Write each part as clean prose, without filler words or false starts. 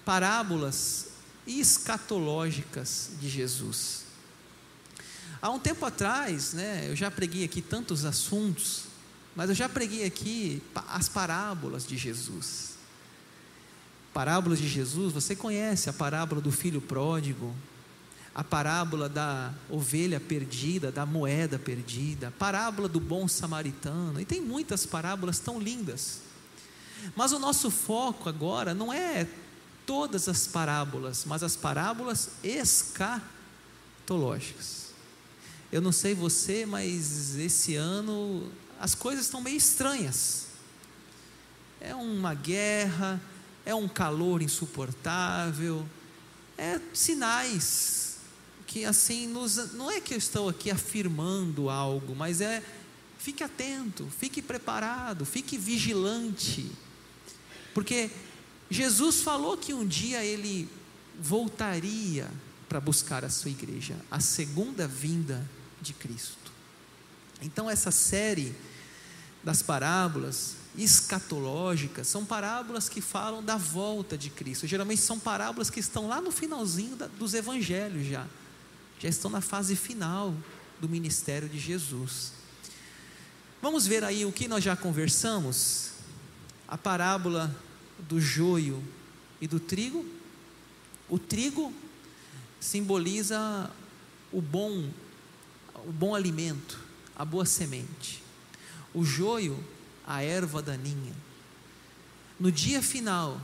parábolas escatológicas de Jesus. Há um tempo atrás, eu já preguei aqui tantos assuntos, mas eu já preguei aqui as parábolas de Jesus. Parábolas de Jesus, você conhece a parábola do filho pródigo, a parábola da ovelha perdida, da moeda perdida, a parábola do bom samaritano, e tem muitas parábolas tão lindas. Mas o nosso foco agora não é todas as parábolas, mas as parábolas escatológicas. Eu não sei você, mas esse ano as coisas estão meio estranhas. É uma guerra, é um calor insuportável, é sinais que assim, não é que eu estou aqui afirmando algo, mas fique atento, fique preparado, fique vigilante, porque Jesus falou que um dia Ele voltaria para buscar a sua igreja, a segunda vinda de Cristo. Então essa série das parábolas escatológicas são parábolas que falam da volta de Cristo. Geralmente são parábolas que estão lá no finalzinho dos evangelhos, já estão na fase final do ministério de Jesus. Vamos ver aí o que nós já conversamos. A parábola do joio e do trigo. O trigo simboliza o bom alimento, a boa semente. O joio, a erva daninha. No dia final,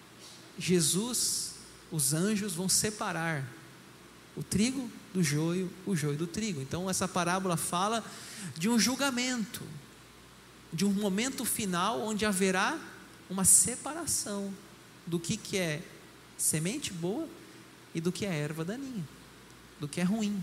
Jesus, os anjos vão separar o trigo do joio, o joio do trigo. Então essa parábola fala de um julgamento, de um momento final onde haverá uma separação do que é semente boa e do que é erva daninha, do que é ruim.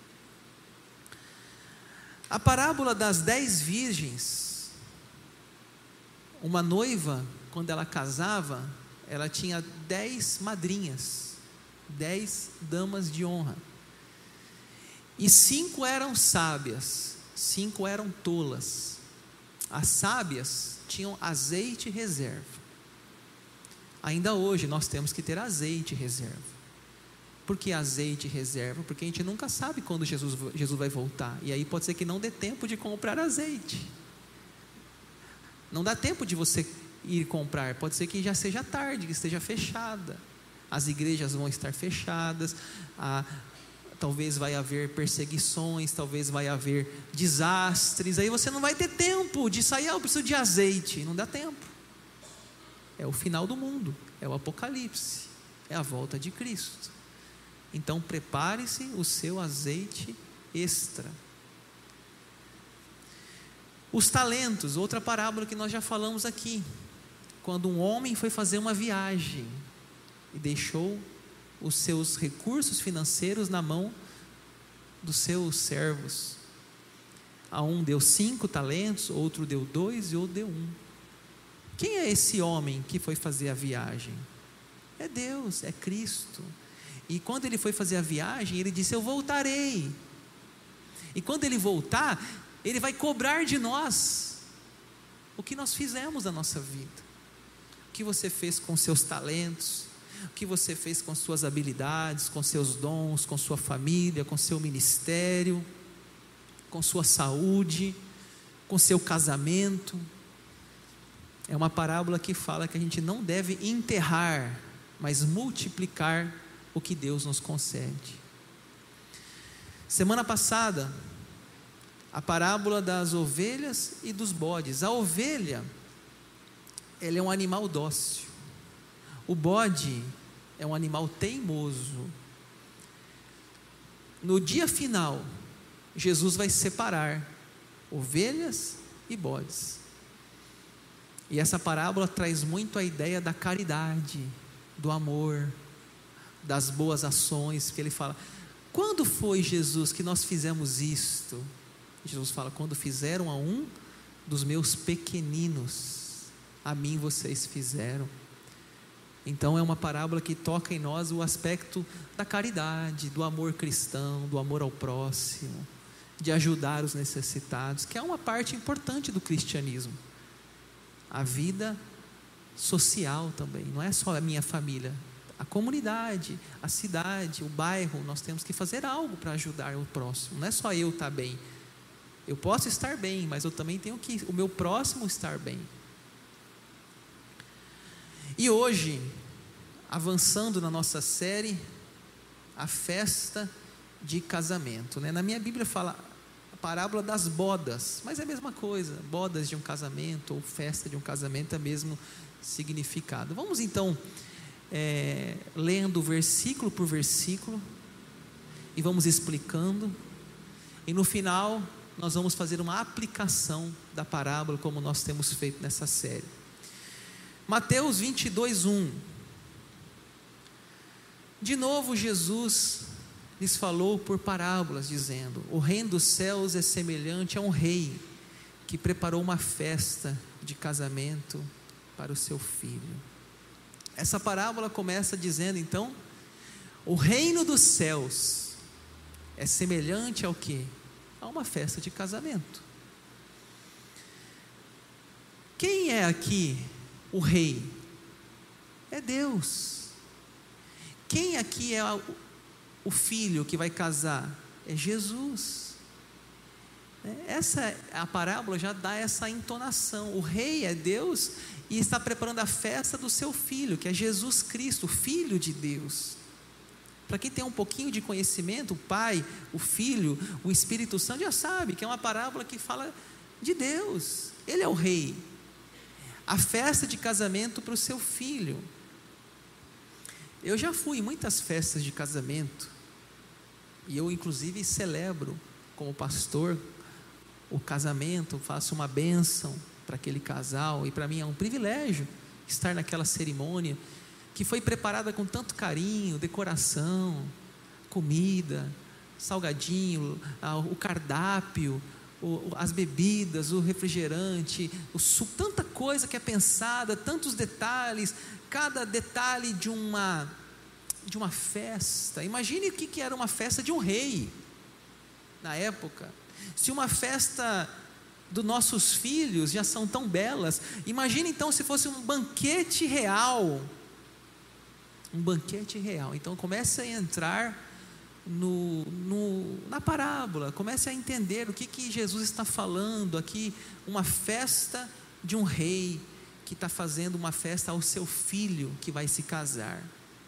A parábola das 10 virgens, uma noiva, quando ela casava, ela tinha 10 madrinhas, 10 damas de honra, e 5 eram sábias, 5 eram tolas. As sábias tinham azeite reserva. Ainda hoje nós temos que ter azeite reserva. Por que azeite reserva? Porque a gente nunca sabe quando Jesus vai voltar, e aí pode ser que não dê tempo de comprar azeite, não dá tempo de você ir comprar, pode ser que já seja tarde, que esteja fechada, as igrejas vão estar fechadas, talvez vai haver perseguições, talvez vai haver desastres, aí você não vai ter tempo de sair, eu preciso de azeite, não dá tempo. É o final do mundo, é o Apocalipse, é a volta de Cristo. Então prepare-se o seu azeite extra. Os talentos, outra parábola que nós já falamos aqui, quando um homem foi fazer uma viagem e deixou os seus recursos financeiros na mão dos seus servos. A um deu 5 talentos, outro deu 2 e outro deu 1. Quem é esse homem que foi fazer a viagem? É Deus, é Cristo. E quando ele foi fazer a viagem, ele disse: eu voltarei. E quando ele voltar, ele vai cobrar de nós o que nós fizemos na nossa vida. O que você fez com seus talentos, o que você fez com suas habilidades, com seus dons, com sua família, com seu ministério, com sua saúde, com seu casamento. É uma parábola que fala que a gente não deve enterrar, mas multiplicar o que Deus nos concede. Semana passada, a parábola das ovelhas e dos bodes. A ovelha, ela é um animal dócil. O bode é um animal teimoso. No dia final, Jesus vai separar ovelhas e bodes. E essa parábola traz muito a ideia da caridade, do amor, das boas ações, que ele fala: quando foi, Jesus, que nós fizemos isto? Jesus fala: quando fizeram a um dos meus pequeninos, a mim vocês fizeram. Então é uma parábola que toca em nós o aspecto da caridade, do amor cristão, do amor ao próximo, de ajudar os necessitados, que é uma parte importante do cristianismo. A vida social também, não é só a minha família, a comunidade, a cidade, o bairro, nós temos que fazer algo para ajudar o próximo. Não é só eu estar bem. Eu posso estar bem, mas eu também tenho que o meu próximo estar bem. E hoje, avançando na nossa série, a festa de casamento, né? Na minha Bíblia fala a parábola das bodas, mas é a mesma coisa, bodas de um casamento ou festa de um casamento é o mesmo significado. Vamos então lendo versículo por versículo e vamos explicando, e no final nós vamos fazer uma aplicação da parábola como nós temos feito nessa série. Mateus 22:1. De novo Jesus lhes falou por parábolas, dizendo: o reino dos céus é semelhante a um rei que preparou uma festa de casamento para o seu filho. Essa parábola começa dizendo então: o reino dos céus é semelhante ao quê? A uma festa de casamento. Quem é aqui o rei? É Deus. Quem aqui é o filho que vai casar? É Jesus. A parábola já dá essa entonação. O rei é Deus e está preparando a festa do seu filho, que é Jesus Cristo, o Filho de Deus. Para quem tem um pouquinho de conhecimento, o Pai, o Filho, o Espírito Santo já sabe que é uma parábola que fala de Deus. Ele é o rei. A festa de casamento para o seu filho. Eu já fui em muitas festas de casamento, e eu inclusive celebro como pastor o casamento, faço uma bênção para aquele casal, e para mim é um privilégio estar naquela cerimônia que foi preparada com tanto carinho, decoração, comida, salgadinho, o cardápio, as bebidas, o refrigerante, o suco, tanta coisa que é pensada, tantos detalhes, cada detalhe de uma festa. Imagine o que era uma festa de um rei na época. Se uma festa dos nossos filhos já são tão belas, imagine então se fosse um banquete real. Um banquete real. Então comece a entrar na parábola, comece a entender o que Jesus está falando aqui. Uma festa de um rei que está fazendo uma festa ao seu filho que vai se casar.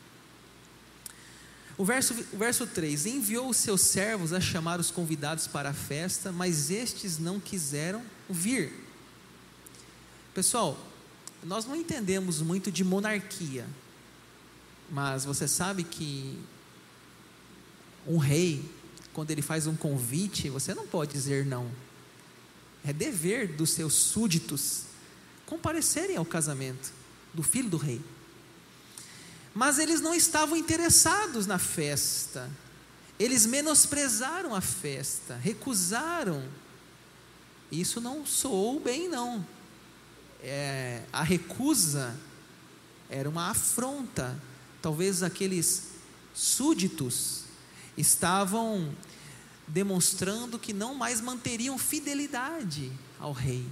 O verso 3: enviou os seus servos a chamar os convidados para a festa, mas estes não quiseram vir. Pessoal, nós não entendemos muito de monarquia, mas você sabe que um rei, quando ele faz um convite, você não pode dizer não. É dever dos seus súditos comparecerem ao casamento do filho do rei. Mas eles não estavam interessados na festa, eles menosprezaram a festa, recusaram. Isso não soou bem, não. A recusa era uma afronta. Talvez aqueles súditos estavam demonstrando que não mais manteriam fidelidade ao rei.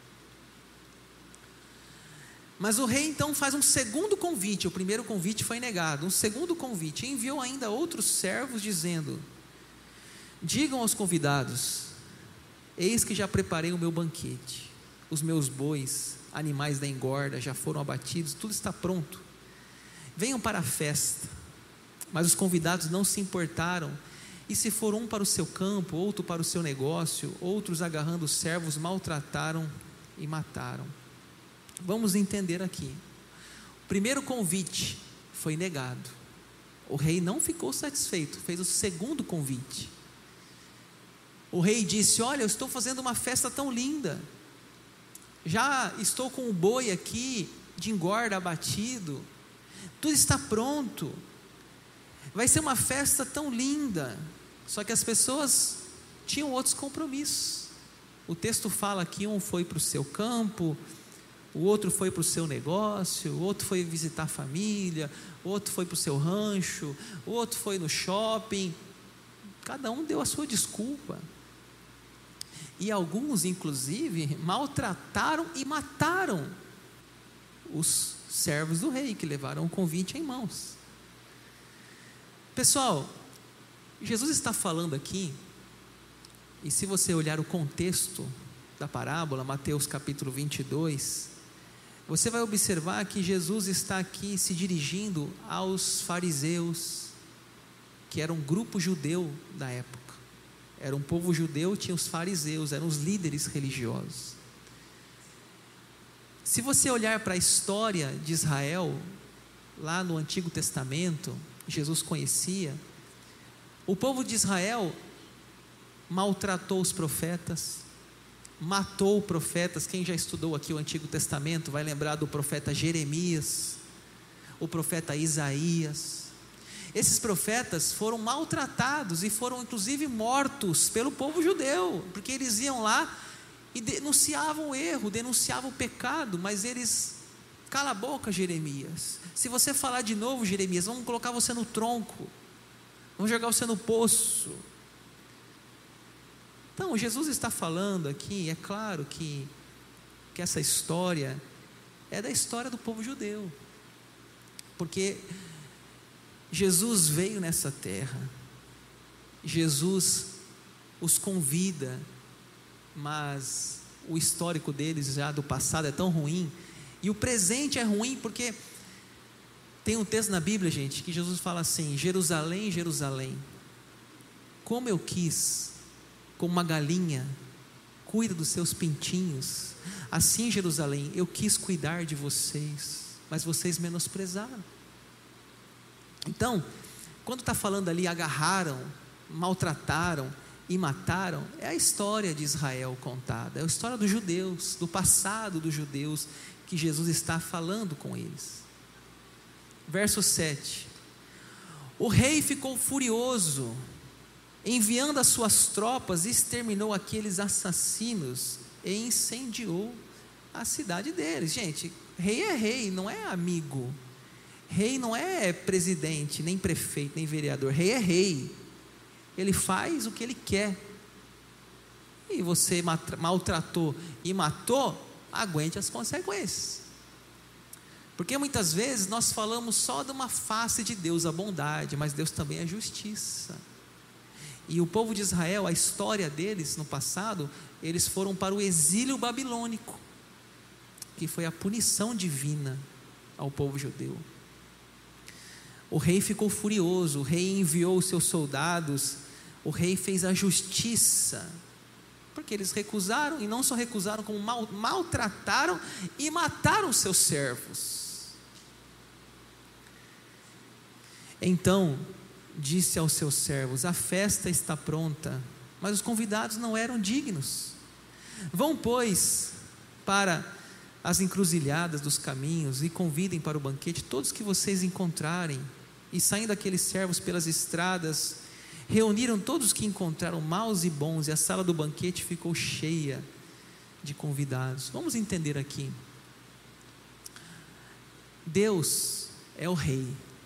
Mas o rei então faz um segundo convite. O primeiro convite foi negado. Um segundo convite. Enviou ainda outros servos dizendo: digam aos convidados: eis que já preparei o meu banquete. Os meus bois, animais da engorda, já foram abatidos. Tudo está pronto. Venham para a festa. Mas os convidados não se importaram, e se foram um para o seu campo, outro para o seu negócio, outros agarrando os servos, maltrataram e mataram. Vamos entender aqui. O primeiro convite foi negado. O rei não ficou satisfeito, fez o segundo convite. O rei disse: olha, eu estou fazendo uma festa tão linda, já estou com o boi aqui de engorda abatido, tudo está pronto, vai ser uma festa tão linda. Só que as pessoas tinham outros compromissos. O texto fala que um foi para o seu campo, o outro foi para o seu negócio, o outro foi visitar a família, o outro foi para o seu rancho, o outro foi no shopping. Cada um deu a sua desculpa. E alguns, inclusive, maltrataram e mataram os servos do rei, que levaram o convite em mãos. Pessoal, Jesus está falando aqui, e se você olhar o contexto da parábola, Mateus capítulo 22, você vai observar que Jesus está aqui se dirigindo aos fariseus, que era um grupo judeu da época. Era um povo judeu, tinha os fariseus, eram os líderes religiosos. Se você olhar para a história de Israel, lá no Antigo Testamento, Jesus conhecia, o povo de Israel maltratou os profetas, matou profetas. Quem já estudou aqui o Antigo Testamento vai lembrar do profeta Jeremias, o profeta Isaías. Esses profetas foram maltratados e foram inclusive mortos pelo povo judeu, porque eles iam lá e denunciavam o erro, denunciavam o pecado, mas eles: cala a boca, Jeremias, se você falar de novo, Jeremias, vamos colocar você no tronco, vamos jogar você no poço. Então Jesus está falando aqui, é claro que essa história é da história do povo judeu, porque Jesus veio nessa terra, Jesus os convida, mas o histórico deles já do passado é tão ruim, e o presente é ruim, porque tem um texto na Bíblia, gente, que Jesus fala assim: Jerusalém, Jerusalém, como eu quis, como uma galinha cuida dos seus pintinhos, assim, Jerusalém, eu quis cuidar de vocês, mas vocês menosprezaram. Então, quando está falando ali, agarraram, maltrataram e mataram, é a história de Israel contada, é a história dos judeus, do passado dos judeus, que Jesus está falando com eles. Verso 7: o rei ficou furioso, enviando as suas tropas, exterminou aqueles assassinos e incendiou a cidade deles. Gente, rei é rei, não é amigo. Rei não é presidente, nem prefeito, nem vereador. Rei é rei, ele faz o que ele quer. E você maltratou e matou, aguente as consequências. Porque muitas vezes nós falamos só de uma face de Deus, a bondade, mas Deus também é justiça. E o povo de Israel, a história deles no passado, eles foram para o exílio babilônico, que foi a punição divina ao povo judeu. O rei ficou furioso, o rei enviou os seus soldados, o rei fez a justiça, porque eles recusaram, e não só recusaram, como maltrataram e mataram os seus servos. Então disse aos seus servos: a festa está pronta, mas os convidados não eram dignos. Vão, pois, para as encruzilhadas dos caminhos e convidem para o banquete todos que vocês encontrarem. E saindo aqueles servos pelas estradas, reuniram todos os que encontraram, maus e bons, e a sala do banquete ficou cheia de convidados. Vamos entender aqui. Deus é o rei.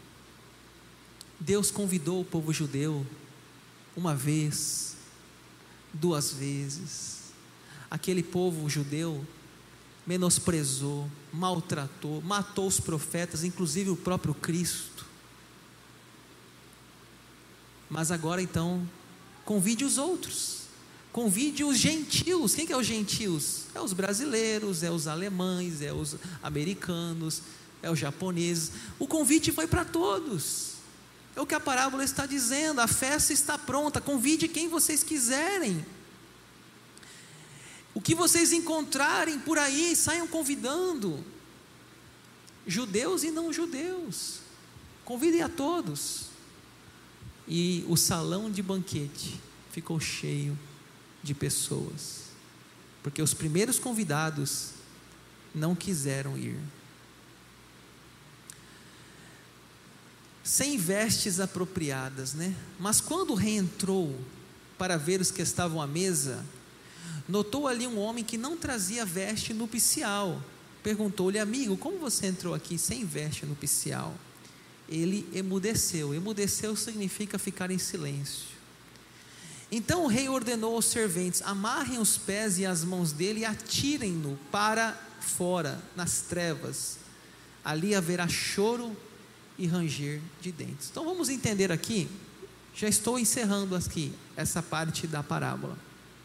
Deus convidou o povo judeu uma vez, duas vezes. Aquele povo judeu menosprezou, maltratou, matou os profetas, inclusive o próprio Cristo. Mas agora então, convide os outros, convide os gentios. Quem que é os gentios? É os brasileiros, é os alemães, é os americanos, é os japoneses. O convite foi para todos. É o que a parábola está dizendo: a festa está pronta, convide quem vocês quiserem. O que vocês encontrarem por aí, saiam convidando, judeus e não judeus, convidem a todos. E o salão de banquete ficou cheio de pessoas, porque os primeiros convidados não quiseram ir. Sem vestes apropriadas, né? Mas quando o rei entrou para ver os que estavam à mesa, notou ali um homem que não trazia veste nupcial. Perguntou-lhe: amigo, como você entrou aqui sem veste nupcial? Ele emudeceu. Emudeceu significa ficar em silêncio. Então o rei ordenou aos serventes: amarrem os pés e as mãos dele e atirem-no para fora, nas trevas. Ali haverá choro e ranger de dentes. Então vamos entender aqui, já estou encerrando aqui essa parte da parábola.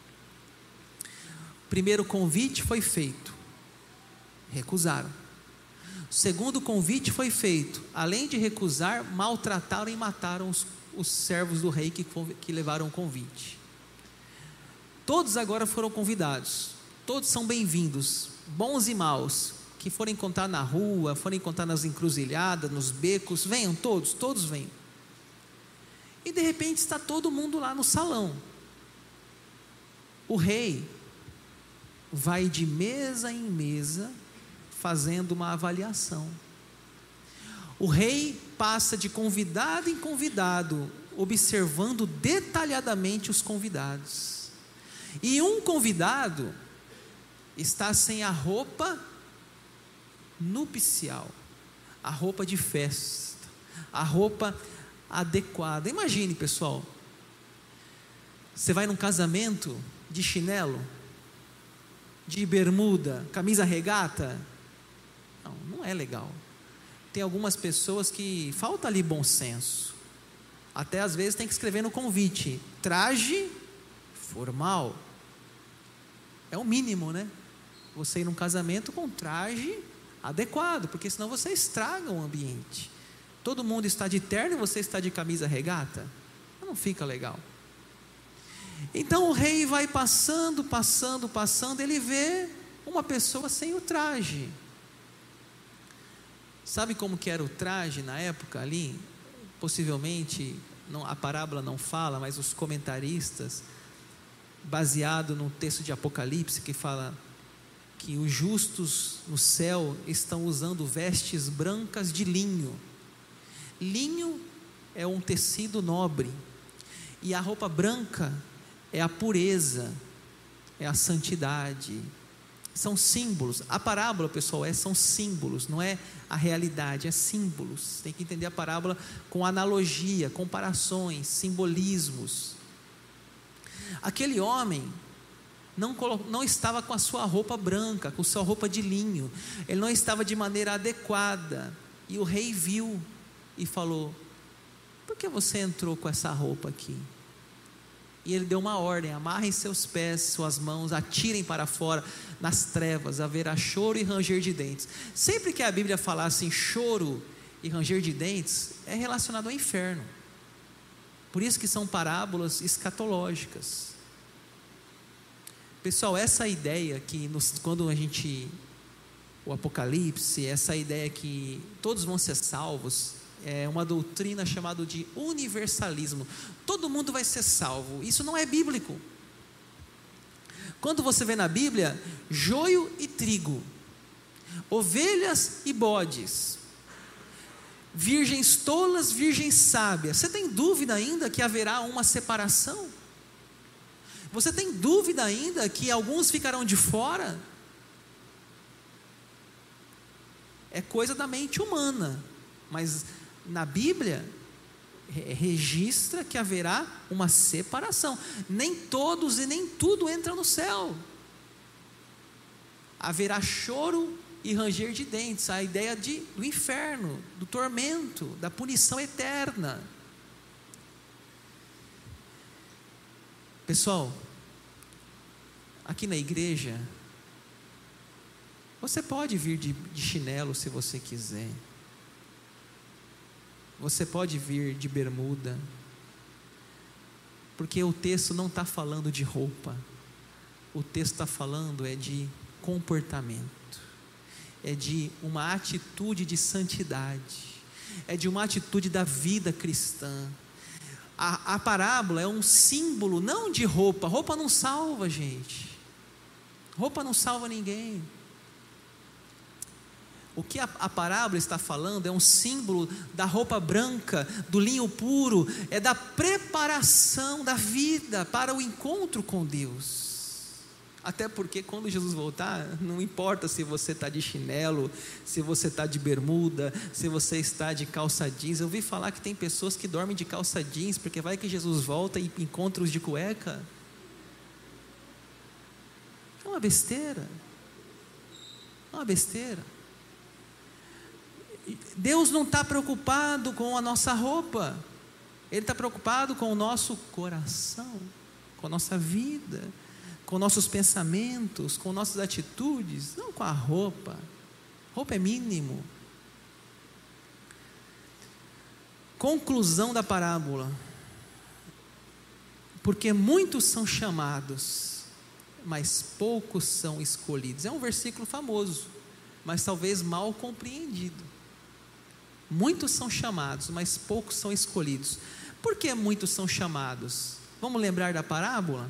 O primeiro convite foi feito, recusaram. O segundo convite foi feito, além de recusar, maltrataram e mataram os servos do rei que levaram o convite. Todos agora foram convidados, todos são bem-vindos, bons e maus, que forem encontrar na rua, forem encontrar nas encruzilhadas, nos becos, venham todos venham. E de repente está todo mundo lá no salão. O rei vai de mesa em mesa, fazendo uma avaliação. O rei passa de convidado em convidado, observando detalhadamente os convidados. E um convidado está sem a roupa nupcial, a roupa de festa, a roupa adequada. Imagine, pessoal, você vai num casamento de chinelo, de bermuda, camisa regata. Não é legal. Tem algumas pessoas que falta ali bom senso. Até às vezes tem que escrever no convite: traje formal. É o mínimo, né? Você ir num casamento com traje adequado, porque senão você estraga o ambiente. Todo mundo está de terno e você está de camisa regata, não fica legal. Então o rei vai passando, ele vê uma pessoa sem o traje. Sabe como que era o traje na época ali? Possivelmente, a parábola não fala, mas os comentaristas, baseado no texto de Apocalipse, que fala que os justos no céu estão usando vestes brancas de linho. Linho é um tecido nobre, e a roupa branca é a pureza, é a santidade. São símbolos. A parábola, pessoal, são símbolos, não é a realidade, é símbolos. Tem que entender a parábola com analogia, comparações, simbolismos. Aquele homem não estava com a sua roupa branca, com a sua roupa de linho, ele não estava de maneira adequada, e o rei viu e falou: por que você entrou com essa roupa aqui? E ele deu uma ordem: amarrem seus pés, suas mãos, atirem para fora, nas trevas haverá choro e ranger de dentes. Sempre que a Bíblia falar assim, choro e ranger de dentes, é relacionado ao inferno. Por isso que são parábolas escatológicas. Pessoal, essa ideia que quando o Apocalipse, essa ideia que todos vão ser salvos, é uma doutrina chamada de universalismo. Todo mundo vai ser salvo. Isso não é bíblico. Quando você vê na Bíblia, joio e trigo, ovelhas e bodes, virgens tolas, virgens sábias, você tem dúvida ainda que haverá uma separação? Você tem dúvida ainda que alguns ficarão de fora? É coisa da mente humana, mas na Bíblia registra que haverá uma separação. Nem todos e nem tudo entra no céu. Haverá choro e ranger de dentes, a ideia do inferno, do tormento, da punição eterna. Pessoal, aqui na igreja, você pode vir de chinelo se você quiser. Você pode vir de bermuda, porque o texto não está falando de roupa, o texto está falando de comportamento, é de uma atitude de santidade, é de uma atitude da vida cristã. A parábola é um símbolo não de roupa. Roupa não salva, gente, roupa não salva ninguém. O que a parábola está falando é um símbolo da roupa branca, do linho puro, é da preparação da vida para o encontro com Deus. Até porque quando Jesus voltar, não importa se você está de chinelo, se você está de bermuda, se você está de calça jeans. Eu ouvi falar que tem pessoas que dormem de calça jeans, porque vai que Jesus volta e encontra os de cueca. É uma besteira. É uma besteira. Deus não está preocupado com a nossa roupa, Ele está preocupado com o nosso coração, com a nossa vida, com nossos pensamentos, com nossas atitudes, não com a roupa. Roupa é mínimo. Conclusão da parábola: porque muitos são chamados, mas poucos são escolhidos. É um versículo famoso, mas talvez mal compreendido. Muitos são chamados, mas poucos são escolhidos. Por que muitos são chamados? Vamos lembrar da parábola?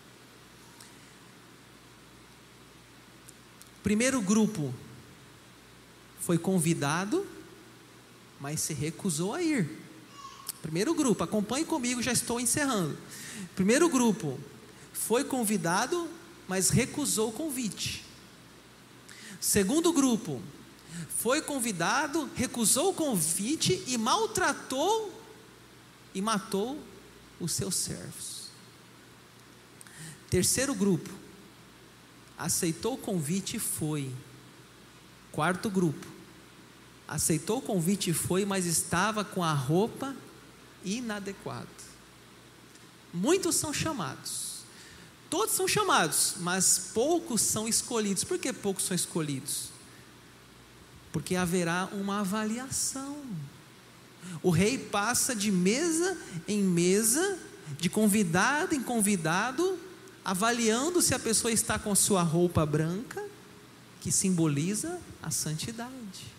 Primeiro grupo foi convidado, mas se recusou a ir. Primeiro grupo, acompanhe comigo, já estou encerrando. Primeiro grupo foi convidado, mas recusou o convite. Segundo grupo foi convidado, recusou o convite e maltratou e matou os seus servos. Terceiro grupo aceitou o convite e foi. Quarto grupo aceitou o convite e foi, mas estava com a roupa inadequada. Muitos são chamados, todos são chamados, mas poucos são escolhidos. Por que poucos são escolhidos? Porque haverá uma avaliação. O rei passa de mesa em mesa, de convidado em convidado, avaliando se a pessoa está com sua roupa branca, que simboliza a santidade.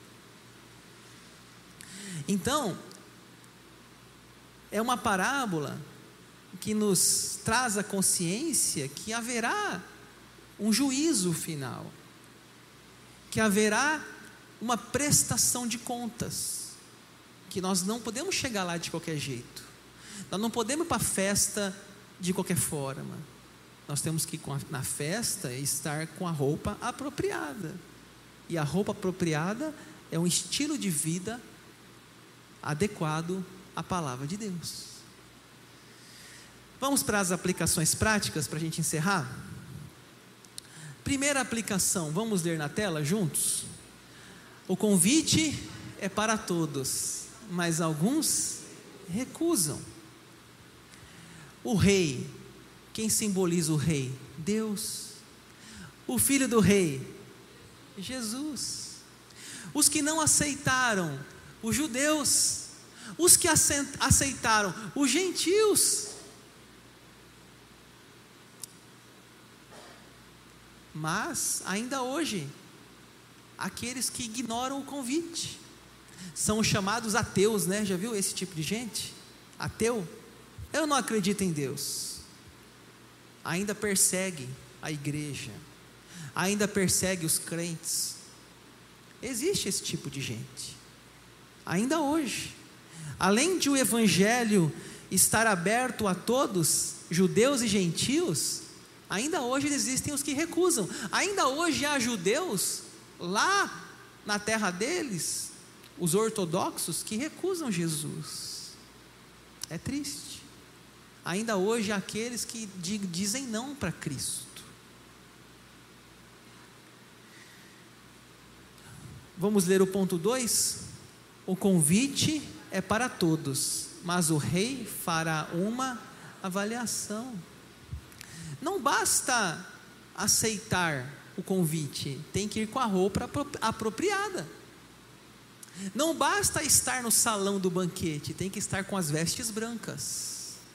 Então, é uma parábola que nos traz a consciência que haverá um juízo final, que haverá uma prestação de contas, que nós não podemos chegar lá de qualquer jeito, nós não podemos ir para a festa de qualquer forma, nós temos que ir na festa estar com a roupa apropriada, e a roupa apropriada é um estilo de vida adequado à palavra de Deus. Vamos para as aplicações práticas para a gente encerrar? Primeira aplicação, vamos ler na tela juntos? O convite é para todos, mas alguns recusam. O rei, quem simboliza o rei? Deus. O filho do rei? Jesus. Os que não aceitaram, os judeus. Os que aceitaram, os gentios. Mas, ainda hoje, aqueles que ignoram o convite, são os chamados ateus, né? Já viu esse tipo de gente? Ateu? Eu não acredito em Deus. Ainda persegue a igreja, ainda persegue os crentes. Existe esse tipo de gente, ainda hoje. Além de o evangelho estar aberto a todos, judeus e gentios, ainda hoje existem os que recusam. Ainda hoje há judeus lá na terra deles, os ortodoxos, que recusam Jesus. É triste. Ainda hoje há aqueles que dizem não para Cristo. Vamos ler o ponto 2. O convite é para todos, mas o rei fará uma avaliação. Não basta aceitar o convite, tem que ir com a roupa apropriada. Não basta estar no salão do banquete, tem que estar com as vestes brancas.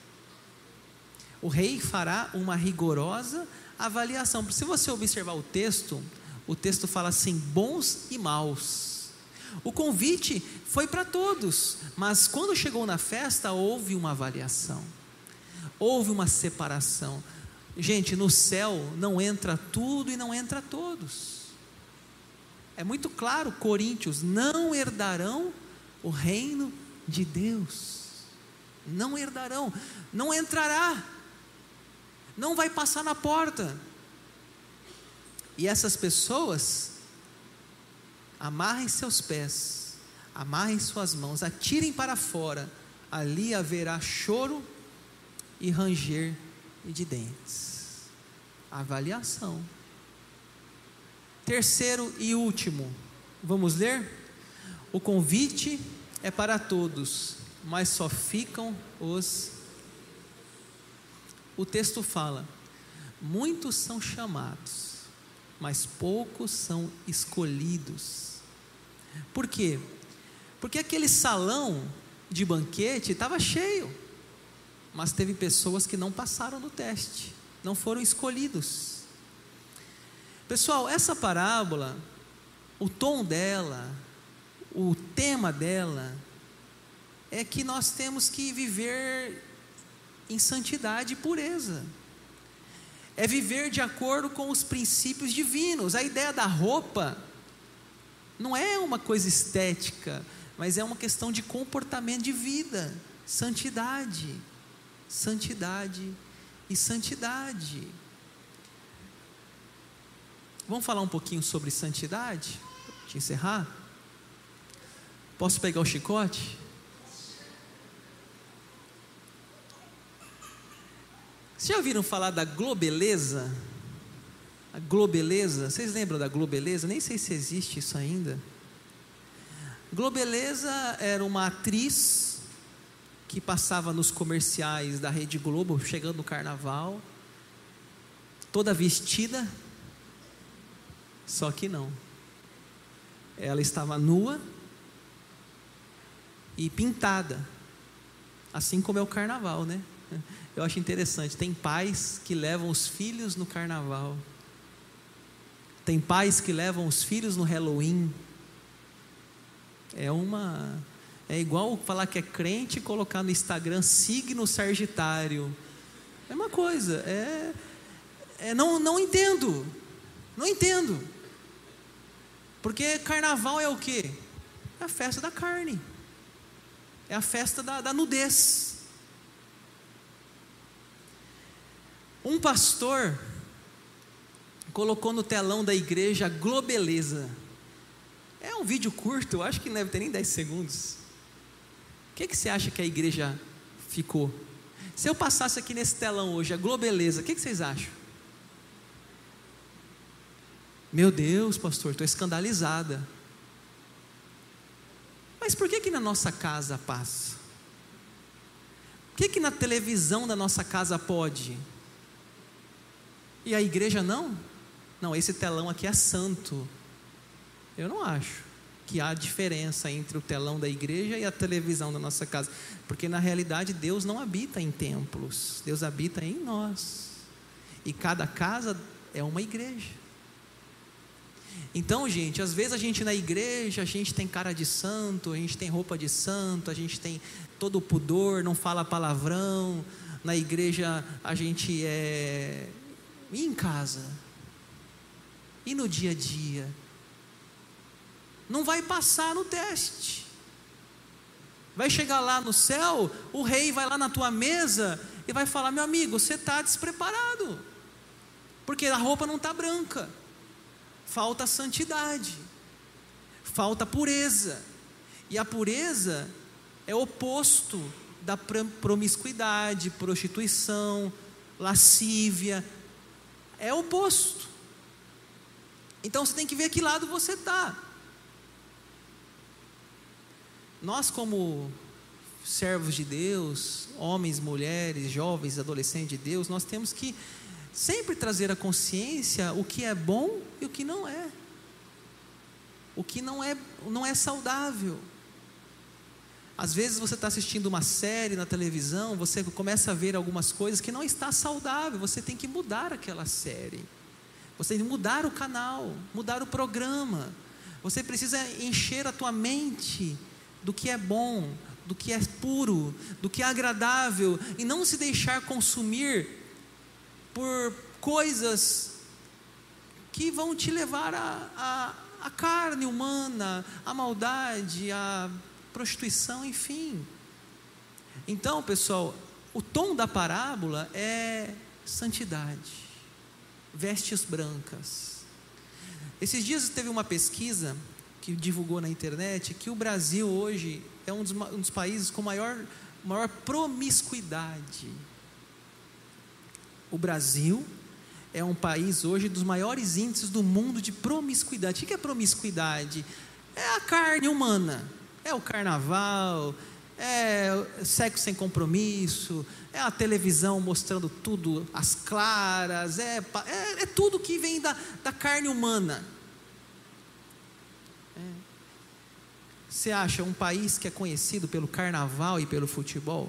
O rei fará uma rigorosa avaliação. Se você observar o texto fala assim: bons e maus. O convite foi para todos, mas quando chegou na festa, houve uma avaliação, houve uma separação. Gente, no céu não entra tudo e não entra todos. É muito claro, Coríntios: não herdarão o reino de Deus. Não herdarão, não entrará, não vai passar na porta. E essas pessoas, amarrem seus pés, amarrem suas mãos, atirem para fora, ali haverá choro e ranger de dentes. Avaliação. Terceiro e último, vamos ler? O convite é para todos, mas só ficam os... O texto fala: muitos são chamados, mas poucos são escolhidos. Por quê? Porque aquele salão de banquete estava cheio, mas teve pessoas que não passaram no teste, não foram escolhidos. Pessoal, essa parábola, o tom dela, o tema dela, é que nós temos que viver em santidade e pureza, é viver de acordo com os princípios divinos. A ideia da roupa não é uma coisa estética, mas é uma questão de comportamento de vida, santidade, santidade e santidade. Vamos falar um pouquinho sobre santidade, para te encerrar? Posso pegar o chicote? Vocês já ouviram falar da Globeleza? A Globeleza, vocês lembram da Globeleza? Nem sei se existe isso ainda. Globeleza era uma atriz que passava nos comerciais da Rede Globo, chegando no carnaval, toda vestida, só que não. Ela estava nua e pintada, assim como é o carnaval, né? Eu acho interessante, tem pais que levam os filhos no carnaval, tem pais que levam os filhos no Halloween. É igual falar que é crente e colocar no Instagram signo Sagitário. É uma coisa, não entendo, porque carnaval é o quê? É a festa da carne, é a festa da nudez. Um pastor colocou no telão da igreja Globeleza. É um vídeo curto, eu acho que não deve ter nem 10 segundos. O que você acha que a igreja ficou? Se eu passasse aqui nesse telão hoje a Globeleza, o que vocês acham? Meu Deus, pastor, estou escandalizada. Mas por que na nossa casa passa? Por que na televisão da nossa casa pode? E a igreja não? Não, esse telão aqui é santo. Eu não acho que há diferença entre o telão da igreja e a televisão da nossa casa, porque na realidade Deus não habita em templos, Deus habita em nós, e cada casa é uma igreja. Então, gente, às vezes a gente na igreja, a gente tem cara de santo, a gente tem roupa de santo, a gente tem todo o pudor, não fala palavrão, na igreja a gente E em casa? E no dia a dia? Não vai passar no teste. Vai chegar lá no céu, o rei vai lá na tua mesa e vai falar: meu amigo, você está despreparado, porque a roupa não está branca. Falta santidade, falta pureza. E a pureza é o oposto da promiscuidade, prostituição, lascívia. É o oposto. Então você tem que ver que lado você está. Nós, como servos de Deus, homens, mulheres, jovens, adolescentes de Deus, nós temos que sempre trazer à consciência o que é bom e o que não é. O que não é saudável. Às vezes você está assistindo uma série na televisão, você começa a ver algumas coisas que não está saudável, você tem que mudar aquela série, você tem que mudar o canal, mudar o programa, você precisa encher a tua mente do que é bom, do que é puro, do que é agradável, e não se deixar consumir por coisas que vão te levar à carne humana, à maldade, à prostituição, enfim. Então, pessoal, o tom da parábola é santidade, vestes brancas. Esses dias teve uma pesquisa que divulgou na internet que o Brasil hoje é um dos países com maior promiscuidade. O Brasil é um país hoje dos maiores índices do mundo de promiscuidade. O que é promiscuidade? É a carne humana, é o carnaval, é sexo sem compromisso, é a televisão mostrando tudo às claras, é tudo que vem da carne humana. Você acha um país que é conhecido pelo carnaval e pelo futebol?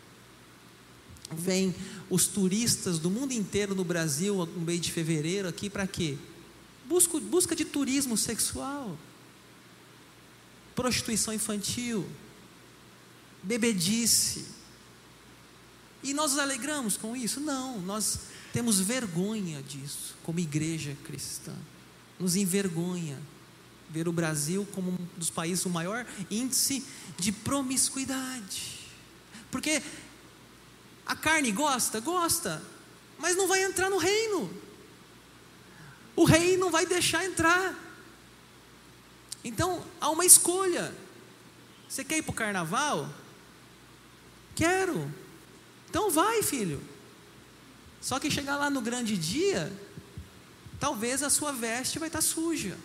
Vem os turistas do mundo inteiro no Brasil no mês de fevereiro aqui para quê? Busca de turismo sexual, prostituição infantil, bebedice. E nós nos alegramos com isso? Não, nós temos vergonha disso, como igreja cristã. Nos envergonha ver o Brasil como um dos países com o maior índice de promiscuidade. Porque a carne gosta, mas não vai entrar no reino. O rei não vai deixar entrar. Então há uma escolha. Você quer ir para o carnaval? Quero. Então vai, filho. Só que chegar lá no grande dia, talvez a sua veste vai estar suja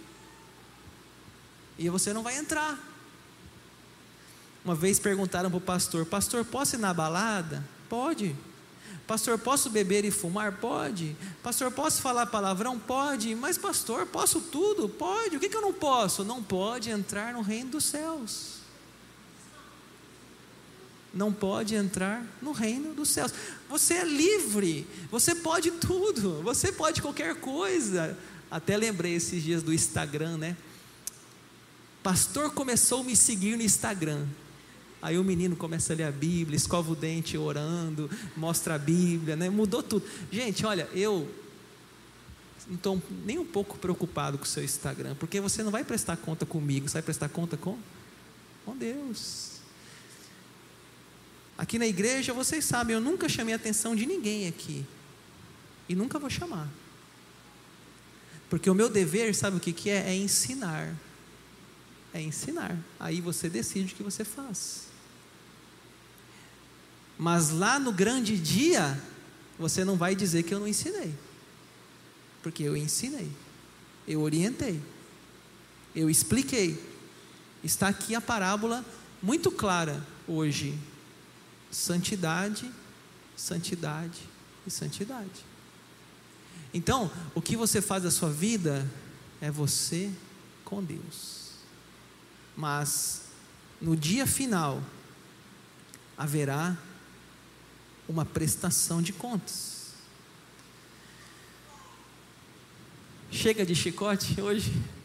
e você não vai entrar. Uma vez perguntaram para o pastor: pastor, posso ir na balada? Pode. Pastor, posso beber e fumar? Pode. Pastor, posso falar palavrão? Pode. Mas pastor, posso tudo? Pode. O que eu não posso? Não pode entrar no reino dos céus. Não pode entrar no reino dos céus. Você é livre, você pode tudo, você pode qualquer coisa. Até lembrei esses dias do Instagram, né? Pastor começou a me seguir no Instagram. Aí o menino começa a ler a Bíblia, escova o dente orando, mostra a Bíblia, né? Mudou tudo. Gente, olha, eu não estou nem um pouco preocupado com o seu Instagram, porque você não vai prestar conta comigo, você vai prestar conta com Deus. Aqui na igreja, vocês sabem, eu nunca chamei a atenção de ninguém aqui, e nunca vou chamar, porque o meu dever, sabe o que é? É ensinar. Aí você decide o que você faz. Mas lá no grande dia, você não vai dizer que eu não ensinei, porque eu ensinei, eu orientei, eu expliquei. Está aqui a parábola muito clara hoje: santidade, santidade e santidade. Então, o que você faz da sua vida é você com Deus. Mas no dia final haverá uma prestação de contas. Chega de chicote hoje.